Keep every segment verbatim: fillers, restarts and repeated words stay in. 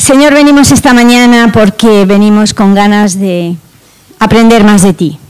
Señor, venimos esta mañana porque venimos con ganas de aprender más de ti.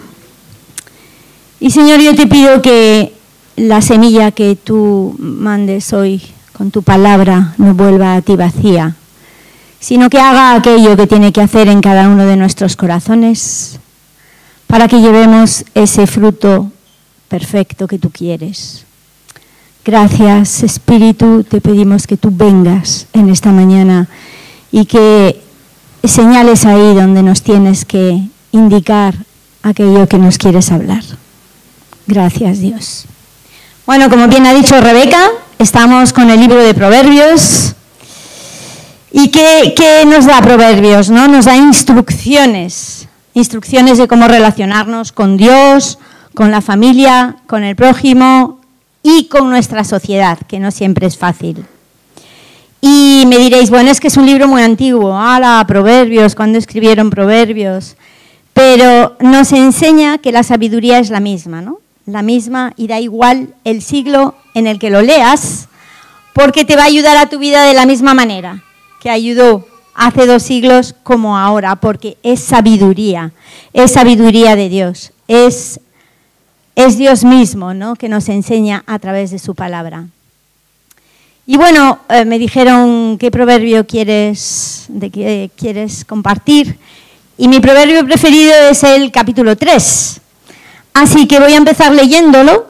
Y Señor, yo te pido que la semilla que tú mandes hoy con tu palabra no vuelva a ti vacía, sino que haga aquello que tiene que hacer en cada uno de nuestros corazones para que llevemos ese fruto perfecto que tú quieres. Gracias, Espíritu, te pedimos que tú vengas en esta mañana y que señales ahí donde nos tienes que indicar aquello que nos quieres hablar. Gracias, Dios. Bueno, como bien ha dicho Rebeca, estamos con el libro de Proverbios. ¿Y qué, qué nos da Proverbios, no? Nos da instrucciones, instrucciones de cómo relacionarnos con Dios, con la familia, con el prójimo y con nuestra sociedad, que no siempre es fácil. Y me diréis, bueno, es que es un libro muy antiguo, ¡hala, Proverbios! ¿Cuándo escribieron Proverbios? Pero nos enseña que la sabiduría es la misma, ¿no? La misma, y da igual el siglo en el que lo leas, porque te va a ayudar a tu vida de la misma manera que ayudó hace dos siglos como ahora, porque es sabiduría, es sabiduría de Dios, es, es Dios mismo, ¿no?, que nos enseña a través de su palabra. Y bueno, eh, me dijeron qué proverbio quieres, de qué quieres compartir, y mi proverbio preferido es el capítulo tres. Así que voy a empezar leyéndolo.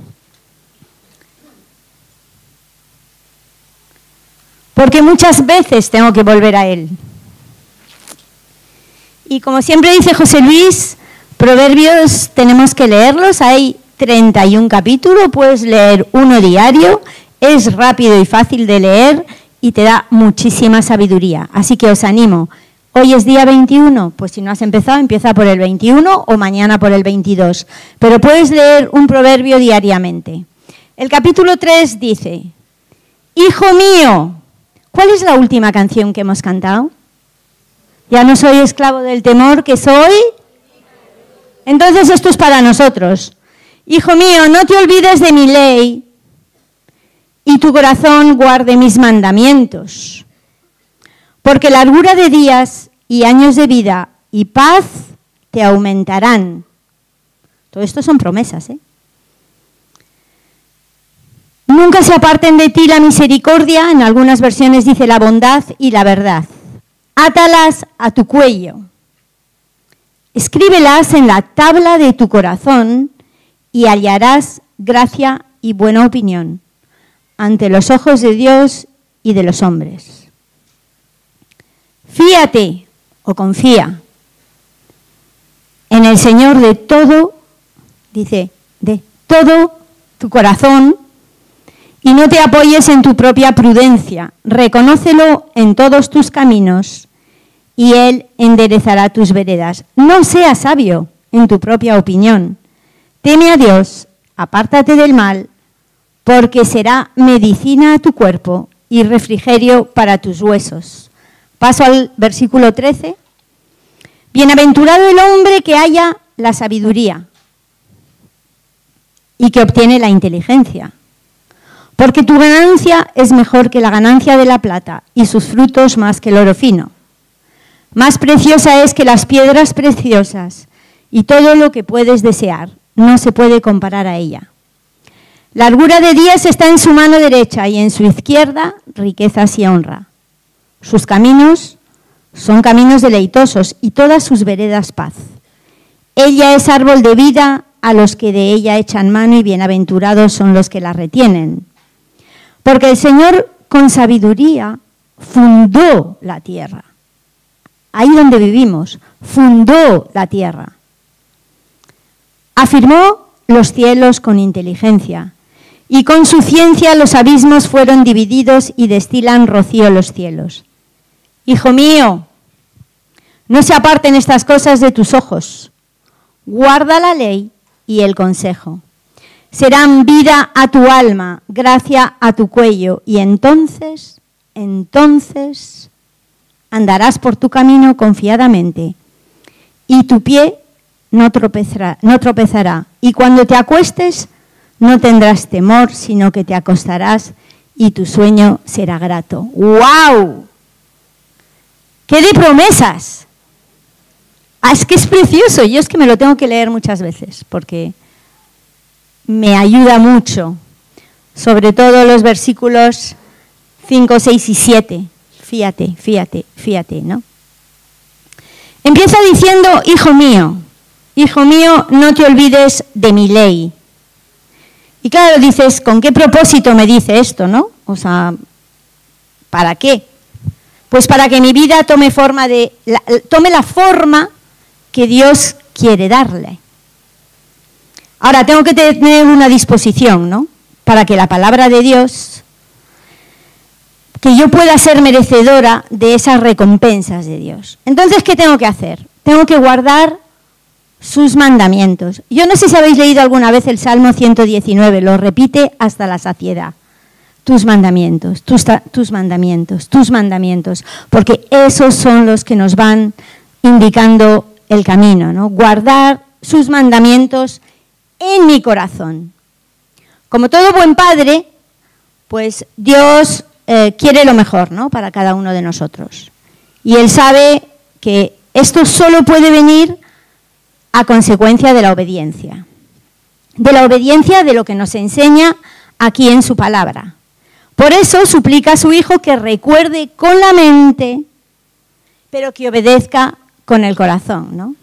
Porque muchas veces tengo que volver a él. Y como siempre dice José Luis, proverbios tenemos que leerlos. Hay treinta y un capítulos, puedes leer uno diario. Es rápido y fácil de leer y te da muchísima sabiduría. Así que os animo. Hoy es día veintiuno, pues si no has empezado, empieza por el veintiuno o mañana por el veintidós. Pero puedes leer un proverbio diariamente. El capítulo tres dice, hijo mío, ¿cuál es la última canción que hemos cantado? Ya no soy esclavo del temor, que soy. Entonces esto es para nosotros. Hijo mío, no te olvides de mi ley y tu corazón guarde mis mandamientos. Porque largura de días y años de vida y paz te aumentarán. Todo esto son promesas, ¿eh? Nunca se aparten de ti la misericordia, en algunas versiones dice la bondad y la verdad. Átalas a tu cuello. Escríbelas en la tabla de tu corazón y hallarás gracia y buena opinión ante los ojos de Dios y de los hombres. Fíate o confía en el Señor de todo, dice, de todo tu corazón y no te apoyes en tu propia prudencia. Reconócelo en todos tus caminos y Él enderezará tus veredas. No seas sabio en tu propia opinión. Teme a Dios, apártate del mal, porque será medicina a tu cuerpo y refrigerio para tus huesos. Paso al versículo trece. Bienaventurado el hombre que haya la sabiduría y que obtiene la inteligencia, porque tu ganancia es mejor que la ganancia de la plata y sus frutos más que el oro fino. Más preciosa es que las piedras preciosas y todo lo que puedes desear no se puede comparar a ella. Largura de días está en su mano derecha y en su izquierda riquezas y honra. Sus caminos son caminos deleitosos y todas sus veredas paz. Ella es árbol de vida a los que de ella echan mano y bienaventurados son los que la retienen. Porque el Señor con sabiduría fundó la tierra. Ahí donde vivimos, fundó la tierra. Afirmó los cielos con inteligencia y con su ciencia los abismos fueron divididos y destilan rocío los cielos. Hijo mío, no se aparten estas cosas de tus ojos. Guarda la ley y el consejo. Serán vida a tu alma, gracia a tu cuello, y entonces, entonces andarás por tu camino confiadamente, y tu pie no tropezará, no tropezará. Y cuando te acuestes, no tendrás temor, sino que te acostarás y tu sueño será grato. ¡Wow! ¿Qué de promesas? Ah, es que es precioso. Yo es que me lo tengo que leer muchas veces porque me ayuda mucho. Sobre todo los versículos cinco, seis y siete. Fíjate, fíjate, fíjate, ¿no? Empieza diciendo, hijo mío, hijo mío, no te olvides de mi ley. Y claro, dices, ¿con qué propósito me dice esto, no? O sea, ¿para qué? Pues para que mi vida tome forma de, la, tome la forma que Dios quiere darle. Ahora, tengo que tener una disposición, ¿no? Para que la palabra de Dios, que yo pueda ser merecedora de esas recompensas de Dios. Entonces, ¿qué tengo que hacer? Tengo que guardar sus mandamientos. Yo no sé si habéis leído alguna vez el Salmo ciento diecinueve, lo repite hasta la saciedad. Tus mandamientos, tus, tus mandamientos, tus mandamientos, porque esos son los que nos van indicando el camino, ¿no? Guardar sus mandamientos en mi corazón. Como todo buen padre, pues Dios eh, quiere lo mejor, ¿no? Para cada uno de nosotros. Y Él sabe que esto solo puede venir a consecuencia de la obediencia. De la obediencia de lo que nos enseña aquí en su palabra. Por eso suplica a su Hijo que recuerde con la mente, pero que obedezca con el corazón, ¿no?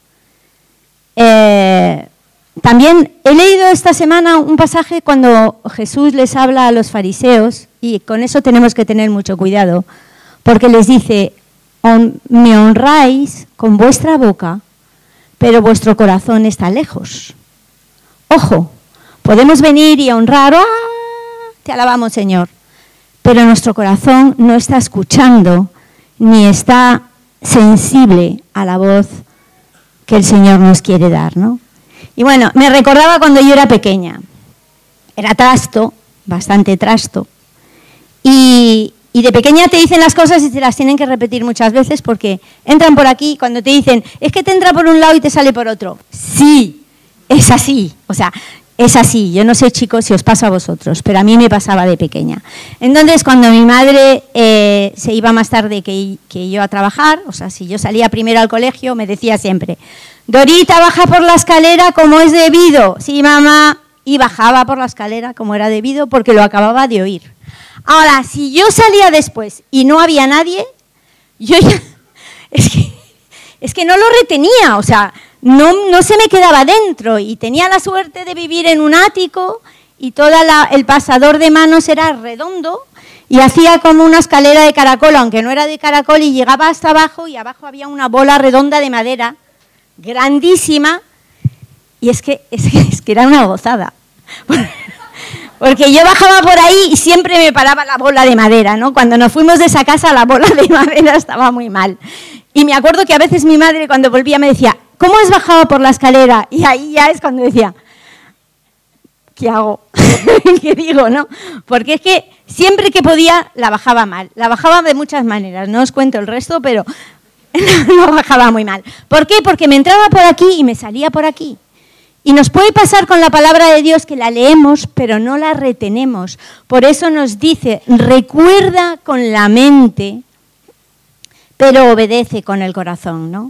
Eh, también he leído esta semana un pasaje cuando Jesús les habla a los fariseos, y con eso tenemos que tener mucho cuidado, porque les dice, me honráis con vuestra boca, pero vuestro corazón está lejos. Ojo, podemos venir y honrar, ¡ah! Te alabamos, Señor, pero nuestro corazón no está escuchando ni está sensible a la voz que el Señor nos quiere dar, ¿no? Y bueno, me recordaba cuando yo era pequeña. Era trasto, bastante trasto. Y, y de pequeña te dicen las cosas y te las tienen que repetir muchas veces porque entran por aquí cuando te dicen, es que te entra por un lado y te sale por otro. Sí, es así. O sea, es así. Yo no sé, chicos, si os pasa a vosotros, pero a mí me pasaba de pequeña. Entonces, cuando mi madre eh, se iba más tarde que, que yo a trabajar, o sea, si yo salía primero al colegio, me decía siempre, Dorita, baja por la escalera como es debido. Sí, mamá, y bajaba por la escalera como era debido porque lo acababa de oír. Ahora, si yo salía después y no había nadie, yo ya, es que, es que no lo retenía, o sea, no, no se me quedaba dentro y tenía la suerte de vivir en un ático y todo el pasador de manos era redondo y hacía como una escalera de caracol, aunque no era de caracol, y llegaba hasta abajo y abajo había una bola redonda de madera grandísima y es que, es que, es que era una gozada. Porque yo bajaba por ahí y siempre me paraba la bola de madera, ¿no? Cuando nos fuimos de esa casa la bola de madera estaba muy mal. Y me acuerdo que a veces mi madre cuando volvía me decía, ¿cómo has bajado por la escalera? Y ahí ya es cuando decía, ¿qué hago? ¿Qué digo, no? Porque es que siempre que podía la bajaba mal. La bajaba de muchas maneras, no os cuento el resto, pero no bajaba muy mal. ¿Por qué? Porque me entraba por aquí y me salía por aquí. Y nos puede pasar con la palabra de Dios que la leemos, pero no la retenemos. Por eso nos dice, recuerda con la mente, pero obedece con el corazón, ¿no?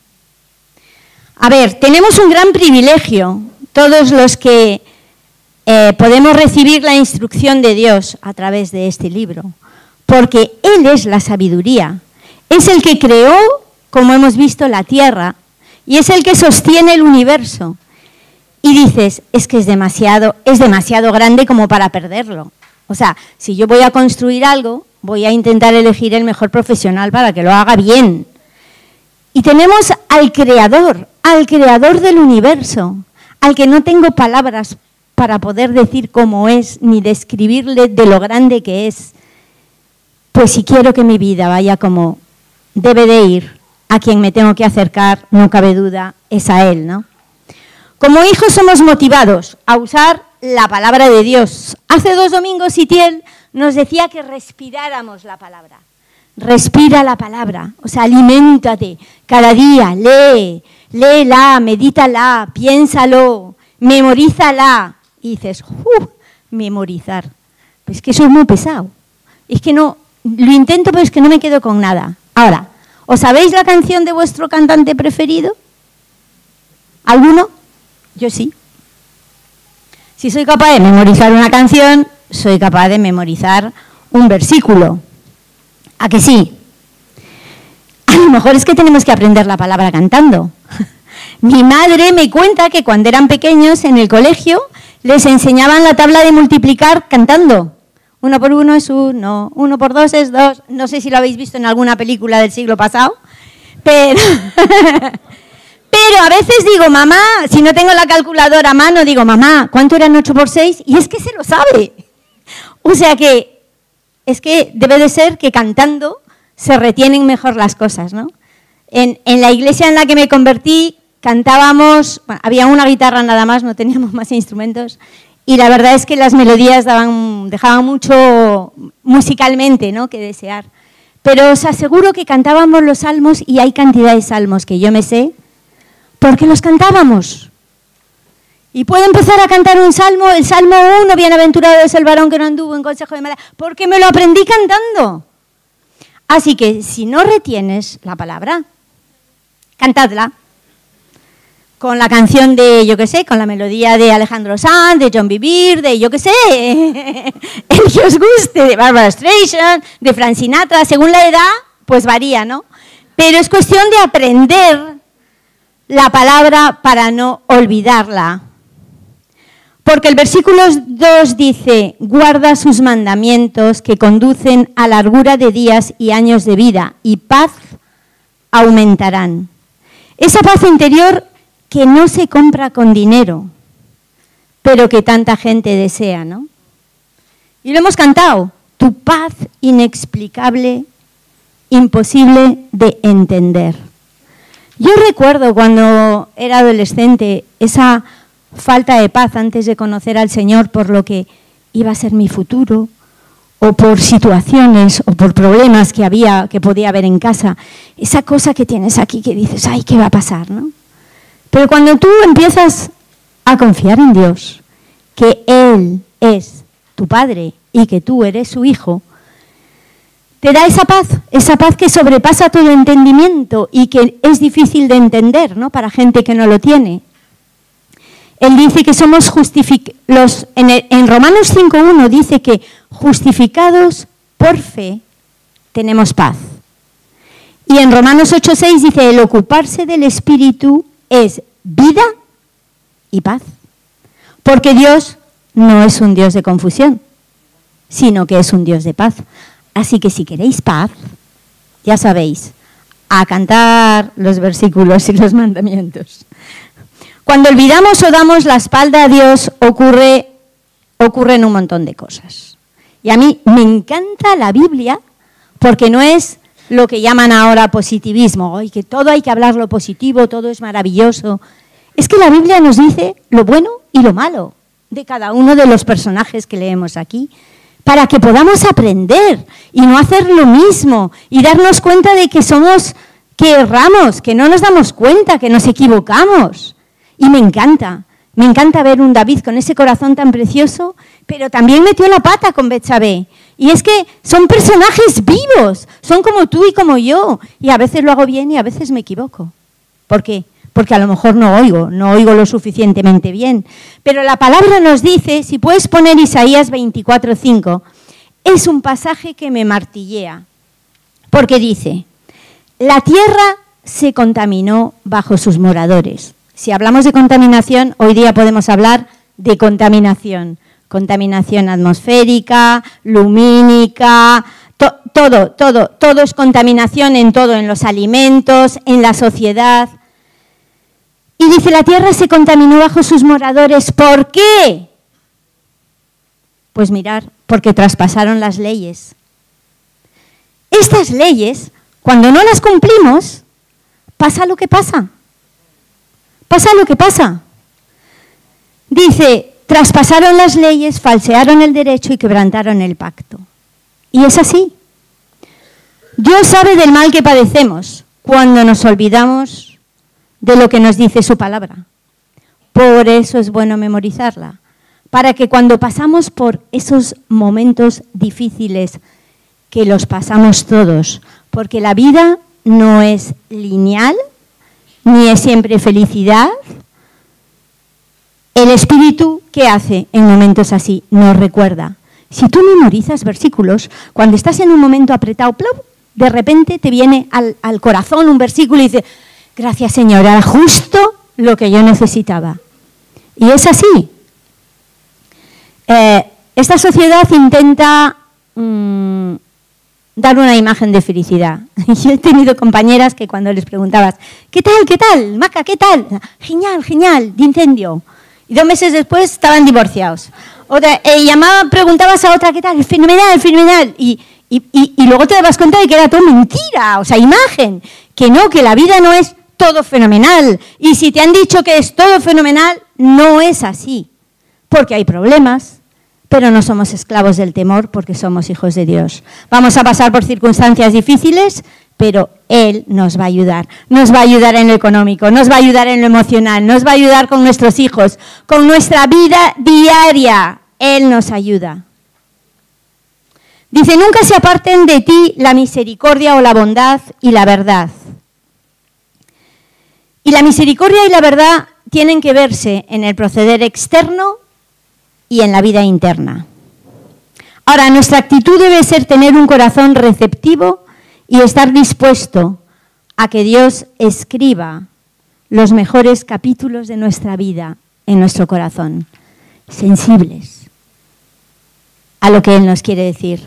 A ver, tenemos un gran privilegio, todos los que eh, podemos recibir la instrucción de Dios a través de este libro, porque Él es la sabiduría, es el que creó, como hemos visto, la tierra, y es el que sostiene el universo. Y dices, es que es demasiado, es demasiado grande como para perderlo. O sea, si yo voy a construir algo, voy a intentar elegir el mejor profesional para que lo haga bien. Y tenemos al creador, al creador del universo, al que no tengo palabras para poder decir cómo es, ni describirle de lo grande que es. Pues si quiero que mi vida vaya como debe de ir, a quien me tengo que acercar, no cabe duda, es a Él, ¿no? Como hijos somos motivados a usar la palabra de Dios. Hace dos domingos Itiel nos decía que respiráramos la palabra. Respira la palabra, o sea, aliméntate. Cada día, lee, léela, medítala, piénsalo, memorízala. Y dices, ¡uh! Memorizar. Pues es que eso es muy pesado. Es que no, lo intento, pero es que no me quedo con nada. Ahora, ¿Os sabéis la canción de vuestro cantante preferido? ¿Alguno? Yo sí. Si soy capaz de memorizar una canción, soy capaz de memorizar un versículo. ¿A que sí? A lo mejor es que tenemos que aprender la palabra cantando. Mi madre me cuenta que cuando eran pequeños en el colegio les enseñaban la tabla de multiplicar cantando. Uno por uno es uno, uno por dos es dos. No sé si lo habéis visto en alguna película del siglo pasado, pero, pero a veces digo, mamá, si no tengo la calculadora a mano, digo, mamá, ¿cuánto eran ocho por seis? Y es que se lo sabe. O sea que es que debe de ser que cantando se retienen mejor las cosas, ¿no? En, en la iglesia en la que me convertí cantábamos, bueno, había una guitarra nada más, no teníamos más instrumentos, y la verdad es que las melodías daban, dejaban mucho musicalmente, ¿no?, que desear. Pero os aseguro que cantábamos los salmos, y hay cantidad de salmos que yo me sé, porque los cantábamos. Y puedo empezar a cantar un salmo, el Salmo uno, bienaventurado es el varón que no anduvo en consejo de maldad, porque me lo aprendí cantando. Así que si no retienes la palabra, cantadla. Con la canción de, yo qué sé, con la melodía de Alejandro Sanz, de John Bevere, de yo qué sé, el que os guste, de Barbra Streisand, de Frank Sinatra, según la edad, pues varía, ¿no? Pero es cuestión de aprender la palabra para no olvidarla. Porque el versículo dos dice, guarda sus mandamientos que conducen a largura de días y años de vida, y paz aumentarán. Esa paz interior que no se compra con dinero, pero que tanta gente desea, ¿no? Y lo hemos cantado, tu paz inexplicable, imposible de entender. Yo recuerdo cuando era adolescente esa falta de paz antes de conocer al Señor por lo que iba a ser mi futuro, o por situaciones o por problemas que había, que podía haber en casa. Esa cosa que tienes aquí que dices, ay, ¿qué va a pasar?, ¿no? Pero cuando tú empiezas a confiar en Dios, que Él es tu Padre y que tú eres su Hijo, te da esa paz, esa paz que sobrepasa todo entendimiento y que es difícil de entender, ¿no?, para gente que no lo tiene. Él dice que somos justificados, en, en Romanos cinco uno dice que justificados por fe tenemos paz. Y en Romanos ocho seis dice, el ocuparse del Espíritu es vida y paz. Porque Dios no es un Dios de confusión, sino que es un Dios de paz. Así que si queréis paz, ya sabéis, a cantar los versículos y los mandamientos. Cuando olvidamos o damos la espalda a Dios, ocurre, ocurren un montón de cosas. Y a mí me encanta la Biblia porque no es lo que llaman ahora positivismo, y que todo hay que hablar lo positivo, todo es maravilloso. Es que la Biblia nos dice lo bueno y lo malo de cada uno de los personajes que leemos aquí, para que podamos aprender y no hacer lo mismo y darnos cuenta de que somos, que erramos, que no nos damos cuenta, que nos equivocamos. Y me encanta, me encanta ver un David con ese corazón tan precioso, pero también metió la pata con Betsabé. Y es que son personajes vivos, son como tú y como yo. Y a veces lo hago bien y a veces me equivoco. ¿Por qué? Porque a lo mejor no oigo, no oigo lo suficientemente bien. Pero la palabra nos dice, si puedes poner Isaías veinticuatro cinco, es un pasaje que me martillea. Porque dice, la tierra se contaminó bajo sus moradores. Si hablamos de contaminación, hoy día podemos hablar de contaminación. Contaminación atmosférica, lumínica, to, todo, todo, todo es contaminación en todo, en los alimentos, en la sociedad. Y dice, la tierra se contaminó bajo sus moradores. ¿Por qué? Pues mirar, porque traspasaron las leyes. Estas leyes, cuando no las cumplimos, pasa lo que pasa. Pasa lo que pasa. Dice, traspasaron las leyes, falsearon el derecho y quebrantaron el pacto. Y es así. Dios sabe del mal que padecemos cuando nos olvidamos de lo que nos dice su palabra. Por eso es bueno memorizarla, para que cuando pasamos por esos momentos difíciles, que los pasamos todos, porque la vida no es lineal, ni es siempre felicidad. El Espíritu, ¿qué hace en momentos así? Nos recuerda. Si tú memorizas versículos, cuando estás en un momento apretado, ¡plum!, de repente te viene al, al corazón un versículo y dices, gracias Señor, era justo lo que yo necesitaba. Y es así. Eh, esta sociedad intenta mmm, dar una imagen de felicidad. Yo he tenido compañeras que cuando les preguntabas, ¿qué tal, qué tal, Maca, qué tal? Genial, genial, de incendio. Y dos meses después estaban divorciados. Otra, eh, llamaba, preguntabas a otra, ¿qué tal? Fenomenal, fenomenal. Y, y, y, y luego te dabas cuenta de que era todo mentira, o sea, imagen. Que no, que la vida no es todo fenomenal. Y si te han dicho que es todo fenomenal, no es así. Porque hay problemas, pero no somos esclavos del temor porque somos hijos de Dios. Vamos a pasar por circunstancias difíciles, pero Él nos va a ayudar. Nos va a ayudar en lo económico, nos va a ayudar en lo emocional, nos va a ayudar con nuestros hijos, con nuestra vida diaria. Él nos ayuda. Dice, nunca se aparten de ti la misericordia o la bondad y la verdad. Y la misericordia y la verdad tienen que verse en el proceder externo y en la vida interna. Ahora, nuestra actitud debe ser tener un corazón receptivo y estar dispuesto a que Dios escriba los mejores capítulos de nuestra vida en nuestro corazón, sensibles a lo que Él nos quiere decir.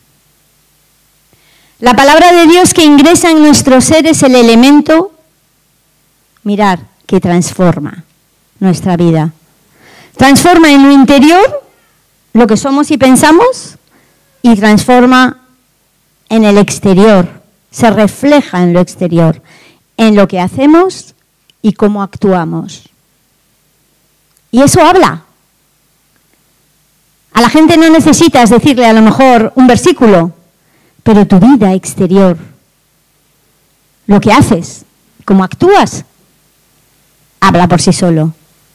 La palabra de Dios que ingresa en nuestro ser es el elemento, mirar, que transforma nuestra vida. Transforma en lo interior lo que somos y pensamos y transforma en el exterior, se refleja en lo exterior, en lo que hacemos y cómo actuamos. Y eso habla. A la gente no necesitas decirle a lo mejor un versículo, pero tu vida exterior, lo que haces, cómo actúas, habla por sí solo.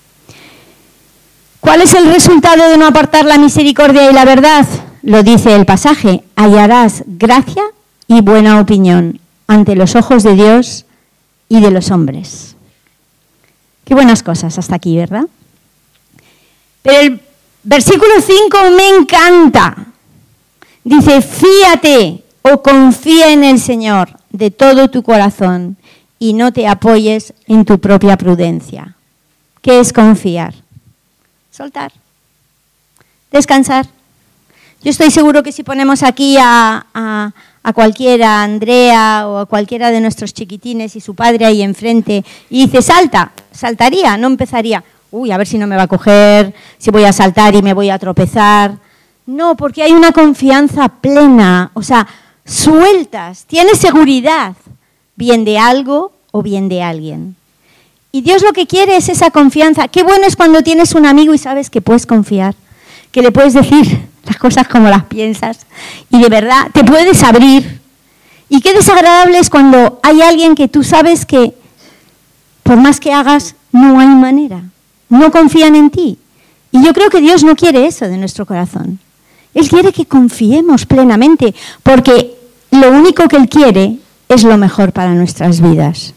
¿Cuál es el resultado de no apartar la misericordia y la verdad? Lo dice el pasaje, hallarás gracia y buena opinión ante los ojos de Dios y de los hombres. Qué buenas cosas hasta aquí, ¿verdad? Pero el versículo cinco me encanta. Dice, fíate o confía en el Señor de todo tu corazón y no te apoyes en tu propia prudencia. ¿Qué es confiar? Soltar. Descansar. Yo estoy seguro que si ponemos aquí a, a, a cualquiera, a Andrea o a cualquiera de nuestros chiquitines y su padre ahí enfrente y dice, salta, saltaría, no empezaría, uy, a ver si no me va a coger, si voy a saltar y me voy a tropezar. No, porque hay una confianza plena, o sea, sueltas, tienes seguridad, bien de algo o bien de alguien. Y Dios lo que quiere es esa confianza. Qué bueno es cuando tienes un amigo y sabes que puedes confiar, que le puedes decir las cosas como las piensas y de verdad te puedes abrir. Y qué desagradable es cuando hay alguien que tú sabes que por más que hagas no hay manera, no confían en ti. Y yo creo que Dios no quiere eso de nuestro corazón. Él quiere que confiemos plenamente porque lo único que Él quiere es lo mejor para nuestras vidas.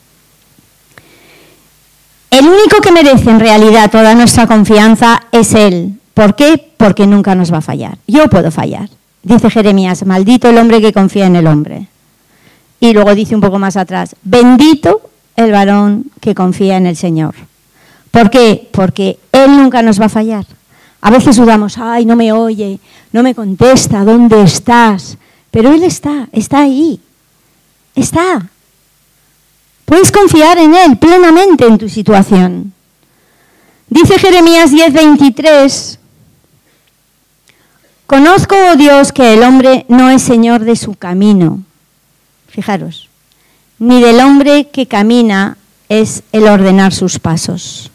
El único que merece en realidad toda nuestra confianza es Él. ¿Por qué? Porque nunca nos va a fallar. Yo puedo fallar. Dice Jeremías, maldito el hombre que confía en el hombre. Y luego dice un poco más atrás, bendito el varón que confía en el Señor. ¿Por qué? Porque Él nunca nos va a fallar. A veces dudamos, ay, no me oye, no me contesta, ¿dónde estás? Pero Él está, está ahí. Está. Puedes confiar en Él plenamente en tu situación. Dice Jeremías diez veintitrés, conozco, oh Dios, que el hombre no es señor de su camino. Fijaros, ni del hombre que camina es el ordenar sus pasos.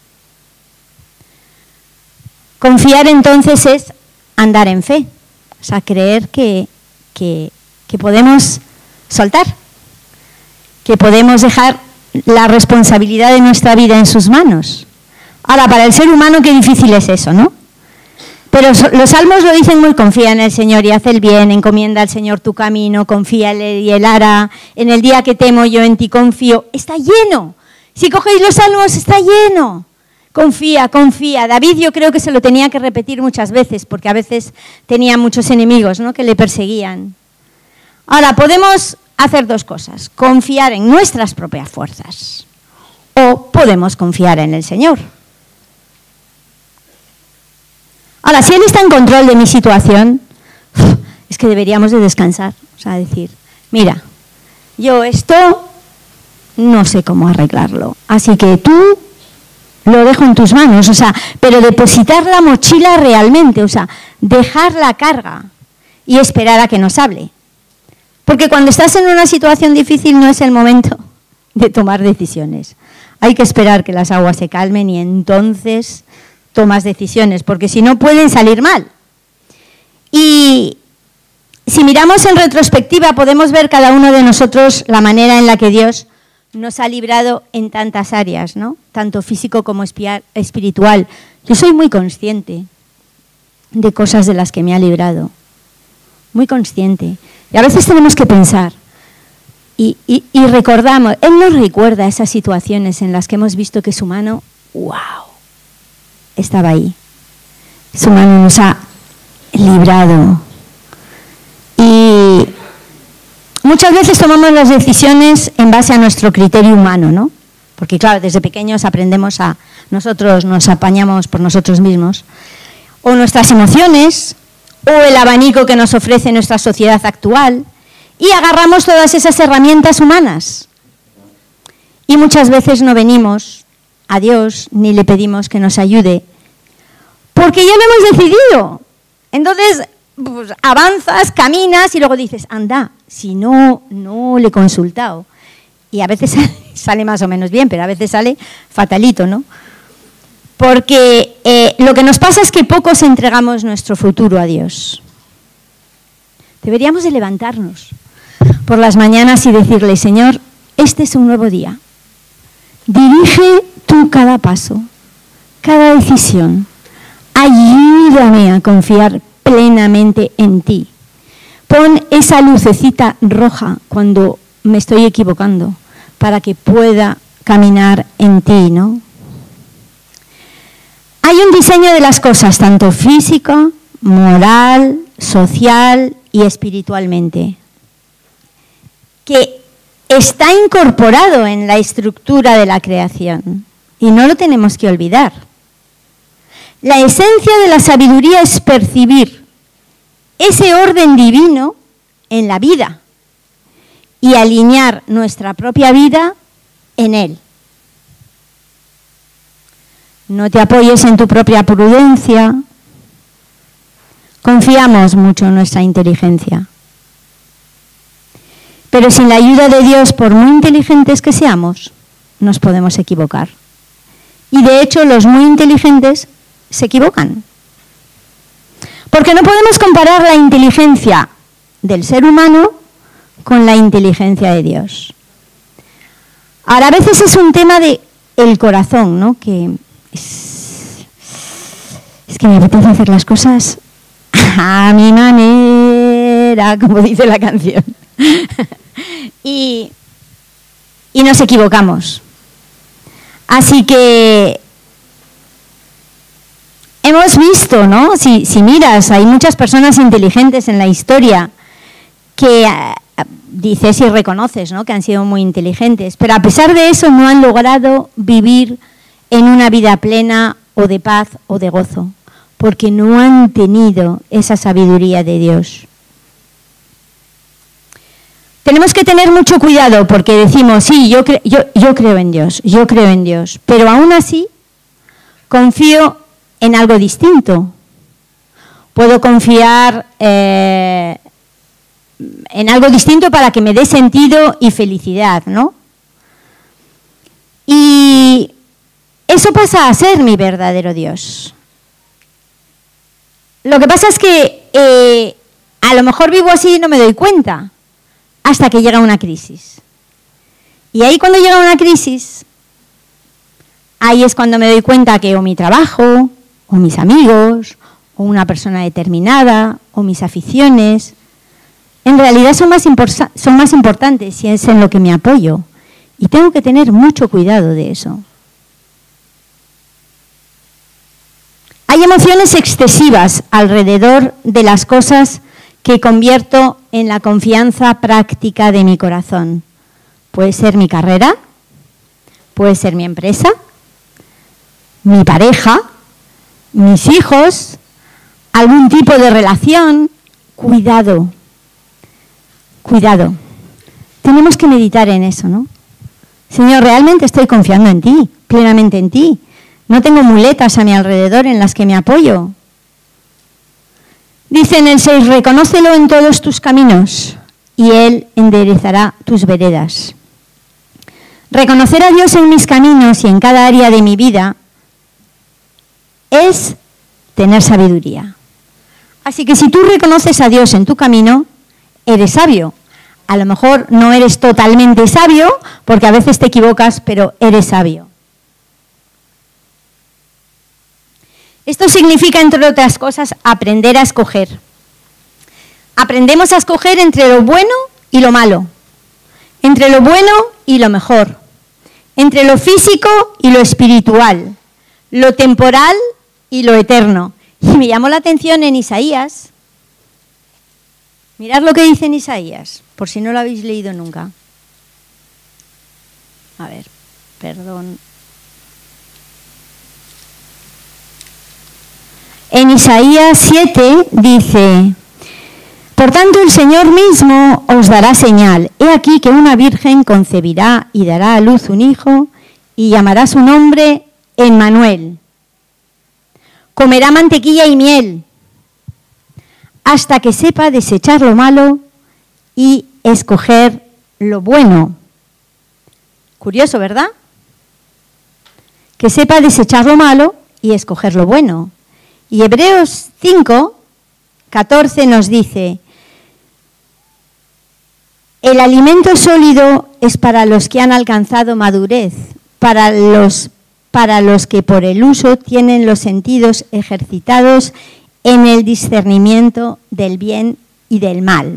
Confiar entonces es andar en fe, o sea, creer que, que, que podemos soltar, que podemos dejar la responsabilidad de nuestra vida en sus manos. Ahora, para el ser humano qué difícil es eso, ¿no? Pero los salmos lo dicen muy: confía en el Señor y haz el bien, encomienda al Señor tu camino, confía en Él y Él hará. En el día que temo yo en ti confío. Está lleno. Si cogéis los salmos, está lleno. Confía, confía. David yo creo que se lo tenía que repetir muchas veces, porque a veces tenía muchos enemigos, ¿no?, que le perseguían. Ahora, podemos hacer dos cosas: confiar en nuestras propias fuerzas, o podemos confiar en el Señor. Ahora, si Él está en control de mi situación, es que deberíamos de descansar. O sea, decir, mira, yo esto no sé cómo arreglarlo, así que tú lo dejo en tus manos. O sea, pero depositar la mochila realmente, o sea, dejar la carga y esperar a que nos hable. Porque cuando estás en una situación difícil no es el momento de tomar decisiones. Hay que esperar que las aguas se calmen y entonces tomas decisiones, porque si no pueden salir mal. Y si miramos en retrospectiva, podemos ver cada uno de nosotros la manera en la que Dios nos ha librado en tantas áreas, ¿no?, tanto físico como espiritual. Yo soy muy consciente de cosas de las que me ha librado, muy consciente. Y a veces tenemos que pensar y, y, y recordamos, Él nos recuerda esas situaciones en las que hemos visto que su mano, wow, estaba ahí. Su mano nos ha librado. Y muchas veces tomamos las decisiones en base a nuestro criterio humano, ¿no? Porque claro, desde pequeños aprendemos a, nosotros nos apañamos por nosotros mismos. O nuestras emociones, o el abanico que nos ofrece nuestra sociedad actual, y agarramos todas esas herramientas humanas. Y muchas veces no venimos a Dios ni le pedimos que nos ayude, porque ya lo hemos decidido. Entonces, pues, avanzas, caminas y luego dices, anda, si no, no le he consultado. Y a veces sale más o menos bien, pero a veces sale fatalito, ¿no? Porque eh, lo que nos pasa es que pocos entregamos nuestro futuro a Dios. Deberíamos de levantarnos por las mañanas y decirle, Señor, este es un nuevo día. Dirige tú cada paso, cada decisión. Ayúdame a confiar plenamente en ti. Pon esa lucecita roja cuando me estoy equivocando para que pueda caminar en ti, ¿no? Hay un diseño de las cosas, tanto físico, moral, social y espiritualmente, que está incorporado en la estructura de la creación y no lo tenemos que olvidar. La esencia de la sabiduría es percibir ese orden divino en la vida y alinear nuestra propia vida en él. No te apoyes en tu propia prudencia. Confiamos mucho en nuestra inteligencia. Pero sin la ayuda de Dios, por muy inteligentes que seamos, nos podemos equivocar. Y de hecho, los muy inteligentes se equivocan. Porque no podemos comparar la inteligencia del ser humano con la inteligencia de Dios. Ahora, a veces es un tema de el corazón, ¿no? Que es, es que me apetece hacer las cosas a mi manera, como dice la canción. y, y nos equivocamos. Así que hemos visto, ¿no? Si, si miras, hay muchas personas inteligentes en la historia que uh, dices y reconoces, ¿no?, que han sido muy inteligentes, pero a pesar de eso no han logrado vivir en una vida plena o de paz o de gozo, porque no han tenido esa sabiduría de Dios. Tenemos que tener mucho cuidado porque decimos, sí, yo, cre yo, yo creo en Dios, yo creo en Dios, pero aún así confío en algo distinto. Puedo confiar eh, en algo distinto para que me dé sentido y felicidad, ¿no? Y eso pasa a ser mi verdadero Dios. Lo que pasa es que eh, a lo mejor vivo así y no me doy cuenta, hasta que llega una crisis. Y ahí cuando llega una crisis, ahí es cuando me doy cuenta que o mi trabajo, o mis amigos, o una persona determinada, o mis aficiones, en realidad son más, son más importantes si es en lo que me apoyo. Y tengo que tener mucho cuidado de eso. Hay emociones excesivas alrededor de las cosas que convierto en la confianza práctica de mi corazón. Puede ser mi carrera, puede ser mi empresa, mi pareja, mis hijos, algún tipo de relación. Cuidado, cuidado. Tenemos que meditar en eso, ¿no? Señor, realmente estoy confiando en ti, plenamente en ti. No tengo muletas a mi alrededor en las que me apoyo. Dice en el seis, reconócelo en todos tus caminos y Él enderezará tus veredas. Reconocer a Dios en mis caminos y en cada área de mi vida es tener sabiduría. Así que si tú reconoces a Dios en tu camino, eres sabio. A lo mejor no eres totalmente sabio, porque a veces te equivocas, pero eres sabio. Esto significa, entre otras cosas, aprender a escoger. Aprendemos a escoger entre lo bueno y lo malo, entre lo bueno y lo mejor, entre lo físico y lo espiritual, lo temporal y lo eterno. Y me llamó la atención en Isaías. Mirad lo que dice en Isaías, por si no lo habéis leído nunca. A ver, perdón. En Isaías siete dice, por tanto el Señor mismo os dará señal. He aquí que una virgen concebirá y dará a luz un hijo y llamará su nombre Emmanuel. Comerá mantequilla y miel hasta que sepa desechar lo malo y escoger lo bueno. Curioso, ¿verdad? Que sepa desechar lo malo y escoger lo bueno. Y Hebreos cinco, catorce nos dice, el alimento sólido es para los que han alcanzado madurez, para los, para los que por el uso tienen los sentidos ejercitados en el discernimiento del bien y del mal.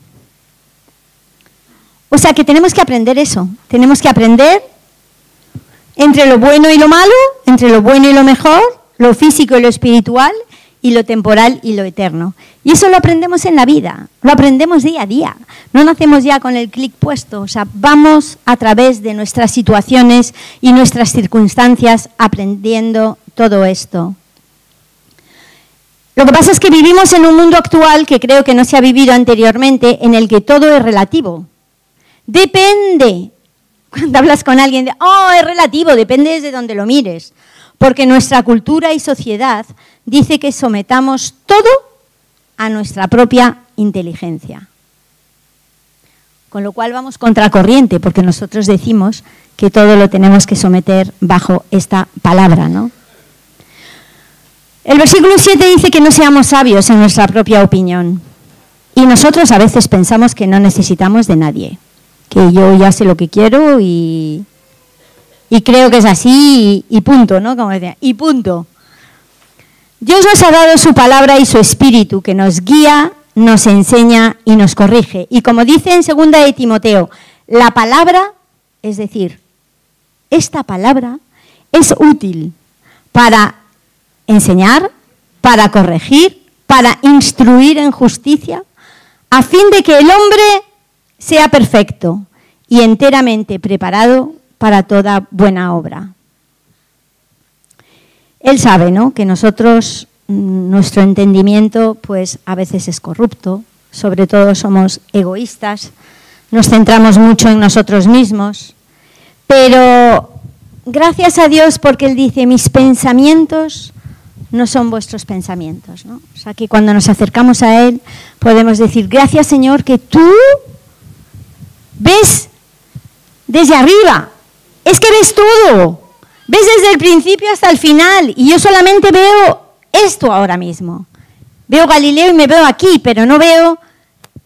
O sea que tenemos que aprender eso, tenemos que aprender entre lo bueno y lo malo, entre lo bueno y lo mejor, lo físico y lo espiritual, y lo temporal y lo eterno. Y eso lo aprendemos en la vida, lo aprendemos día a día. No nacemos ya con el clic puesto, o sea, vamos a través de nuestras situaciones y nuestras circunstancias aprendiendo todo esto. Lo que pasa es que vivimos en un mundo actual que creo que no se ha vivido anteriormente, en el que todo es relativo. Depende. Cuando hablas con alguien, de, oh, es relativo, depende desde donde lo mires. Porque nuestra cultura y sociedad dice que sometamos todo a nuestra propia inteligencia. Con lo cual vamos contracorriente, porque nosotros decimos que todo lo tenemos que someter bajo esta palabra, ¿no? El versículo siete dice que no seamos sabios en nuestra propia opinión. Y nosotros a veces pensamos que no necesitamos de nadie, que yo ya sé lo que quiero y... Y creo que es así y, y punto, ¿no? Como decía, y punto. Dios nos ha dado su palabra y su espíritu que nos guía, nos enseña y nos corrige. Y como dice en segunda de Timoteo, la palabra, es decir, esta palabra es útil para enseñar, para corregir, para instruir en justicia, a fin de que el hombre sea perfecto y enteramente preparado para toda buena obra. Él sabe, ¿no?, que nosotros, nuestro entendimiento, pues a veces es corrupto, sobre todo somos egoístas, nos centramos mucho en nosotros mismos, pero gracias a Dios porque Él dice, mis pensamientos no son vuestros pensamientos, ¿no? O sea que cuando nos acercamos a Él podemos decir, gracias Señor que tú ves desde arriba. Es que ves todo, ves desde el principio hasta el final y yo solamente veo esto ahora mismo. Veo Galileo y me veo aquí, pero no veo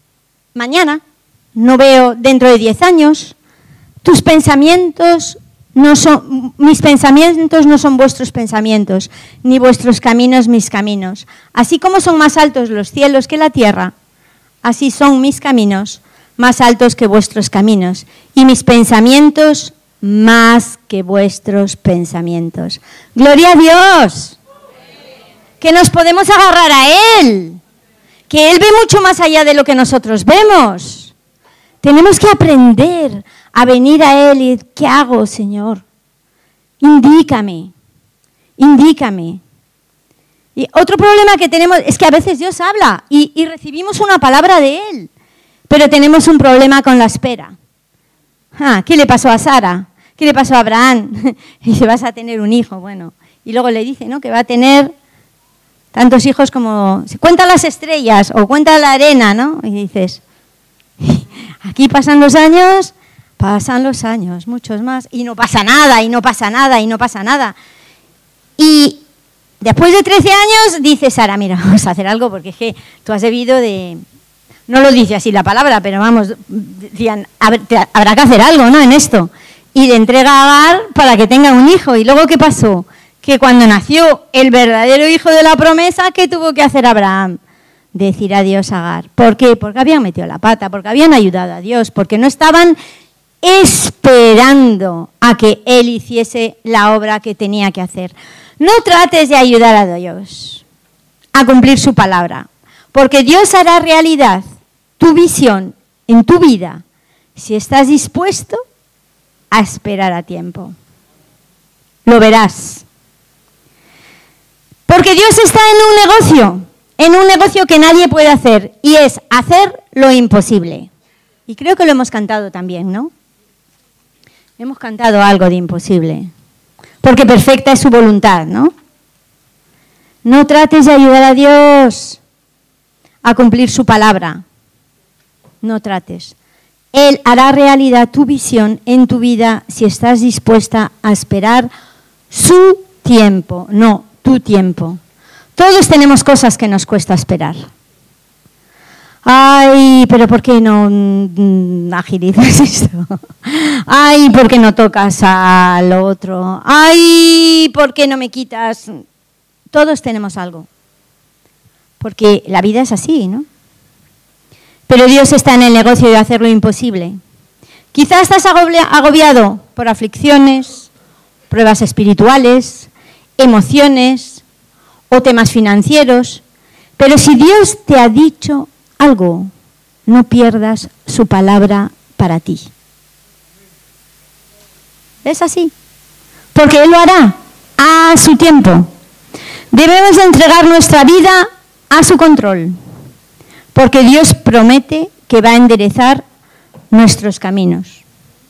mañana, no veo dentro de diez años. Tus pensamientos no son, mis pensamientos no son vuestros pensamientos, ni vuestros caminos mis caminos. Así como son más altos los cielos que la tierra, así son mis caminos más altos que vuestros caminos, y mis pensamientos más que vuestros pensamientos. ¡Gloria a Dios! Que nos podemos agarrar a Él, que Él ve mucho más allá de lo que nosotros vemos. Tenemos que aprender a venir a Él y decir, ¿qué hago, Señor? Indícame, indícame. Y otro problema que tenemos es que a veces Dios habla y, y recibimos una palabra de Él, pero tenemos un problema con la espera. Ah, ¿qué le pasó a Sara? ¿Qué le pasó a Abraham? Y dice, vas a tener un hijo, bueno. Y luego le dice, ¿no?, que va a tener tantos hijos como... Cuenta las estrellas o cuenta la arena, ¿no? Y dices, aquí pasan los años, pasan los años, muchos más, y no pasa nada, y no pasa nada, y no pasa nada. Y después de trece años dice Sara, mira, vamos a hacer algo porque es que tú has debido de... No lo dice así la palabra, pero vamos, decían, habrá que hacer algo, ¿no?, en esto. Y le entrega a Agar para que tenga un hijo. ¿Y luego qué pasó? Que cuando nació el verdadero hijo de la promesa, ¿qué tuvo que hacer Abraham? Decir adiós a Agar. ¿Por qué? Porque habían metido la pata, porque habían ayudado a Dios, porque no estaban esperando a que Él hiciese la obra que tenía que hacer. No trates de ayudar a Dios a cumplir su palabra, porque Dios hará realidad tu visión en tu vida si estás dispuesto a esperar a tiempo. Lo verás. Porque Dios está en un negocio, en un negocio que nadie puede hacer, y es hacer lo imposible. Y creo que lo hemos cantado también, ¿no? Hemos cantado algo de imposible. Porque perfecta es su voluntad, ¿no? No trates de ayudar a Dios a cumplir su palabra. No trates. Él hará realidad tu visión en tu vida si estás dispuesta a esperar su tiempo, no tu tiempo. Todos tenemos cosas que nos cuesta esperar. Ay, pero ¿por qué no mm, agilizas esto? Ay, ¿por qué no tocas al otro? Ay, ¿por qué no me quitas? Todos tenemos algo. Porque la vida es así, ¿no? Pero Dios está en el negocio de hacer lo imposible. Quizás estás agobiado por aflicciones, pruebas espirituales, emociones o temas financieros, pero si Dios te ha dicho algo, no pierdas su palabra para ti. Es así, porque Él lo hará a su tiempo. Debemos de entregar nuestra vida a su control, porque Dios promete que va a enderezar nuestros caminos.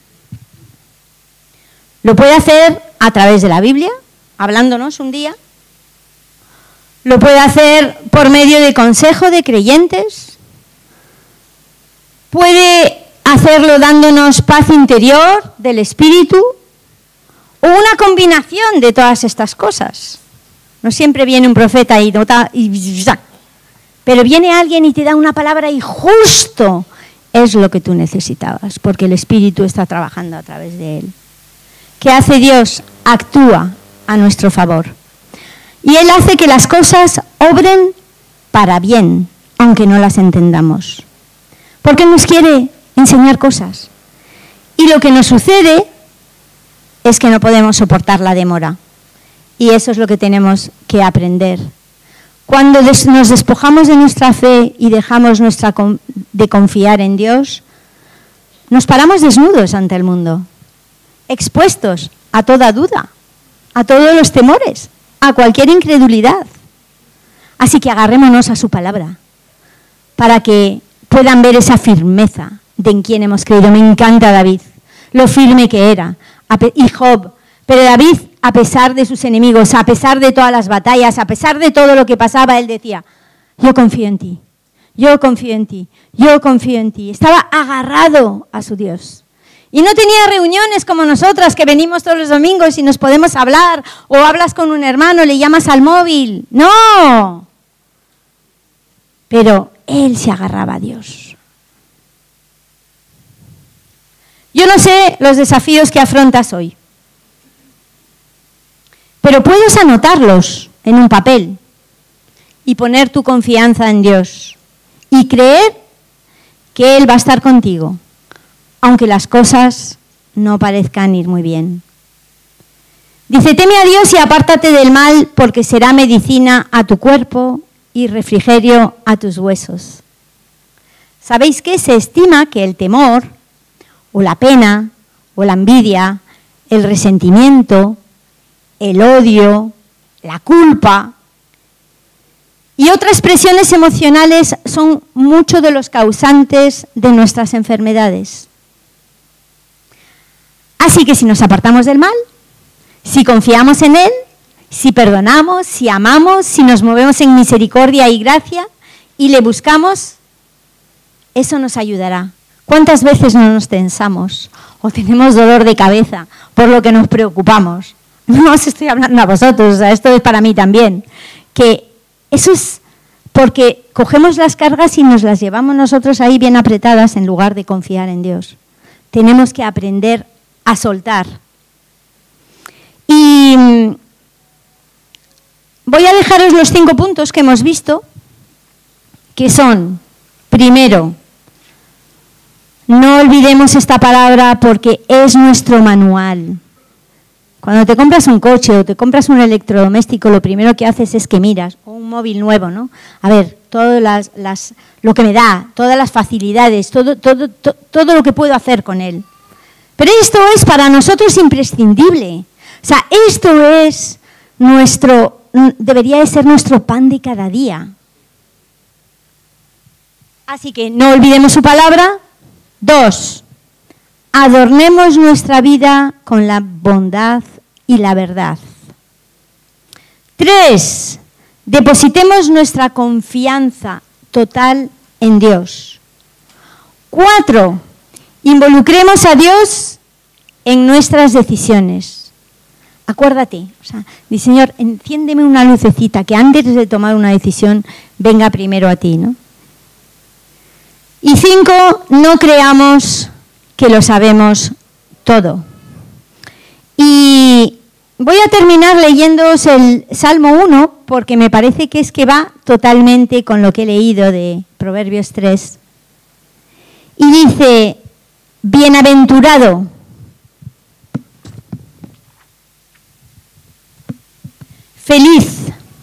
Lo puede hacer a través de la Biblia, hablándonos un día. Lo puede hacer por medio de consejo de creyentes. Puede hacerlo dándonos paz interior del espíritu, o una combinación de todas estas cosas. No siempre viene un profeta y nota y pero viene alguien y te da una palabra y justo es lo que tú necesitabas, porque el Espíritu está trabajando a través de Él. ¿Qué hace Dios? Actúa a nuestro favor. Y Él hace que las cosas obren para bien, aunque no las entendamos. Porque nos quiere enseñar cosas. Y lo que nos sucede es que no podemos soportar la demora. Y eso es lo que tenemos que aprender. Cuando nos despojamos de nuestra fe y dejamos nuestra de confiar en Dios, nos paramos desnudos ante el mundo, expuestos a toda duda, a todos los temores, a cualquier incredulidad. Así que agarrémonos a su palabra para que puedan ver esa firmeza de en quién hemos creído. Me encanta David, lo firme que era, y Job. Pero David, a pesar de sus enemigos, a pesar de todas las batallas, a pesar de todo lo que pasaba, él decía, yo confío en ti, yo confío en ti, yo confío en ti. Estaba agarrado a su Dios. Y no tenía reuniones como nosotras, que venimos todos los domingos y nos podemos hablar, o hablas con un hermano, le llamas al móvil. No. Pero él se agarraba a Dios. Yo no sé los desafíos que afrontas hoy. pero puedes anotarlos en un papel y poner tu confianza en Dios y creer que Él va a estar contigo, aunque las cosas no parezcan ir muy bien. Dice, teme a Dios y apártate del mal, porque será medicina a tu cuerpo y refrigerio a tus huesos. ¿Sabéis qué? Se estima que el temor, o la pena, o la envidia, el resentimiento, el odio, la culpa y otras presiones emocionales son muchos de los causantes de nuestras enfermedades. Así que si nos apartamos del mal, si confiamos en Él, si perdonamos, si amamos, si nos movemos en misericordia y gracia y le buscamos, eso nos ayudará. ¿Cuántas veces no nos tensamos o tenemos dolor de cabeza por lo que nos preocupamos? No os estoy hablando a vosotros, o sea, esto es para mí también. Que eso es porque cogemos las cargas y nos las llevamos nosotros ahí bien apretadas en lugar de confiar en Dios. Tenemos que aprender a soltar. Y voy a dejaros los cinco puntos que hemos visto, que son, primero, no olvidemos esta palabra porque es nuestro manual. Cuando te compras un coche o te compras un electrodoméstico, lo primero que haces es que miras, o un móvil nuevo, ¿no? A ver, todo las, las, lo que me da, todas las facilidades, todo, todo, to, todo lo que puedo hacer con él. Pero esto es para nosotros imprescindible. O sea, esto es nuestro, debería de ser nuestro pan de cada día. Así que no olvidemos su palabra. Dos, adornemos nuestra vida con la bondad y la verdad. Tres, depositemos nuestra confianza total en Dios. Cuatro, involucremos a Dios en nuestras decisiones. Acuérdate, o sea, di, Señor, enciéndeme una lucecita que antes de tomar una decisión venga primero a ti, ¿no? Y cinco, no creamos que lo sabemos todo. Y voy a terminar leyéndoos el Salmo uno, porque me parece que es que va totalmente con lo que he leído de Proverbios tres. Y dice, bienaventurado, feliz,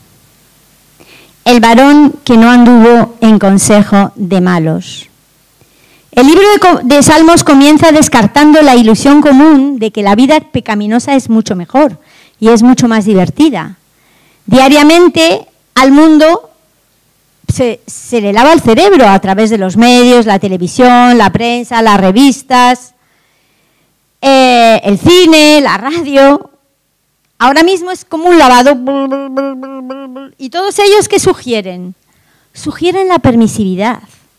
el varón que no anduvo en consejo de malos. El libro de, de Salmos comienza descartando la ilusión común de que la vida pecaminosa es mucho mejor y es mucho más divertida. Diariamente al mundo se, se le lava el cerebro a través de los medios, la televisión, la prensa, las revistas, eh, el cine, la radio. Ahora mismo es como un lavado. ¿Y todos ellos qué sugieren? Sugieren la permisividad.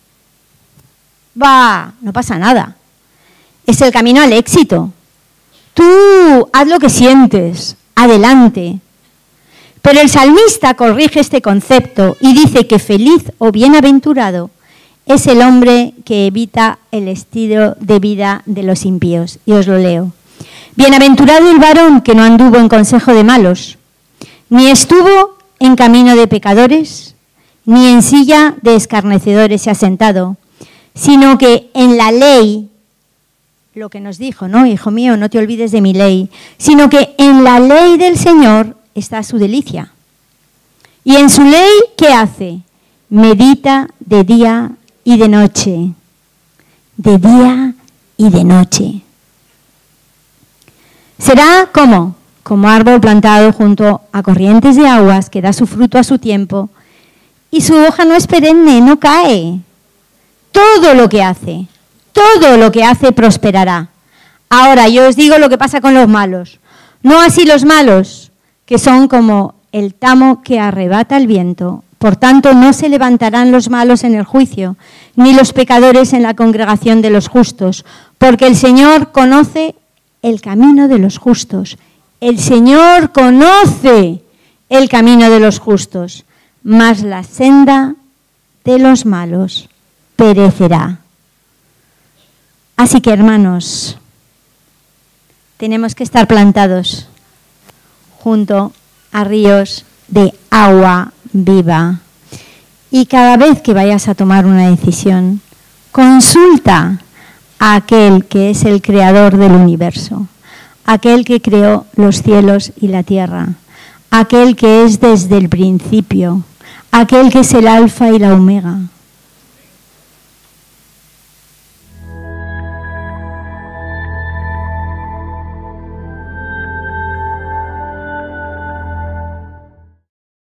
Va, no pasa nada. Es el camino al éxito. Tú haz lo que sientes, adelante. Pero el salmista corrige este concepto y dice que feliz o bienaventurado es el hombre que evita el estilo de vida de los impíos. Y os lo leo. Bienaventurado el varón que no anduvo en consejo de malos, ni estuvo en camino de pecadores, ni en silla de escarnecedores se ha sentado, sino que en la ley, lo que nos dijo, ¿no? Hijo mío, no te olvides de mi ley, sino que en la ley del Señor está su delicia. Y en su ley, ¿qué hace? Medita de día y de noche, de día y de noche. Será como, como árbol plantado junto a corrientes de aguas que da su fruto a su tiempo y su hoja no es perenne, no cae. Todo lo que hace, todo lo que hace prosperará. Ahora, yo os digo lo que pasa con los malos. No así los malos, que son como el tamo que arrebata el viento. Por tanto, no se levantarán los malos en el juicio, ni los pecadores en la congregación de los justos, porque el Señor conoce el camino de los justos. El Señor conoce el camino de los justos, mas la senda de los malos perecerá. Así que, hermanos, tenemos que estar plantados junto a ríos de agua viva. Y cada vez que vayas a tomar una decisión, consulta a aquel que es el creador del universo, aquel que creó los cielos y la tierra, aquel que es desde el principio, aquel que es el alfa y la omega,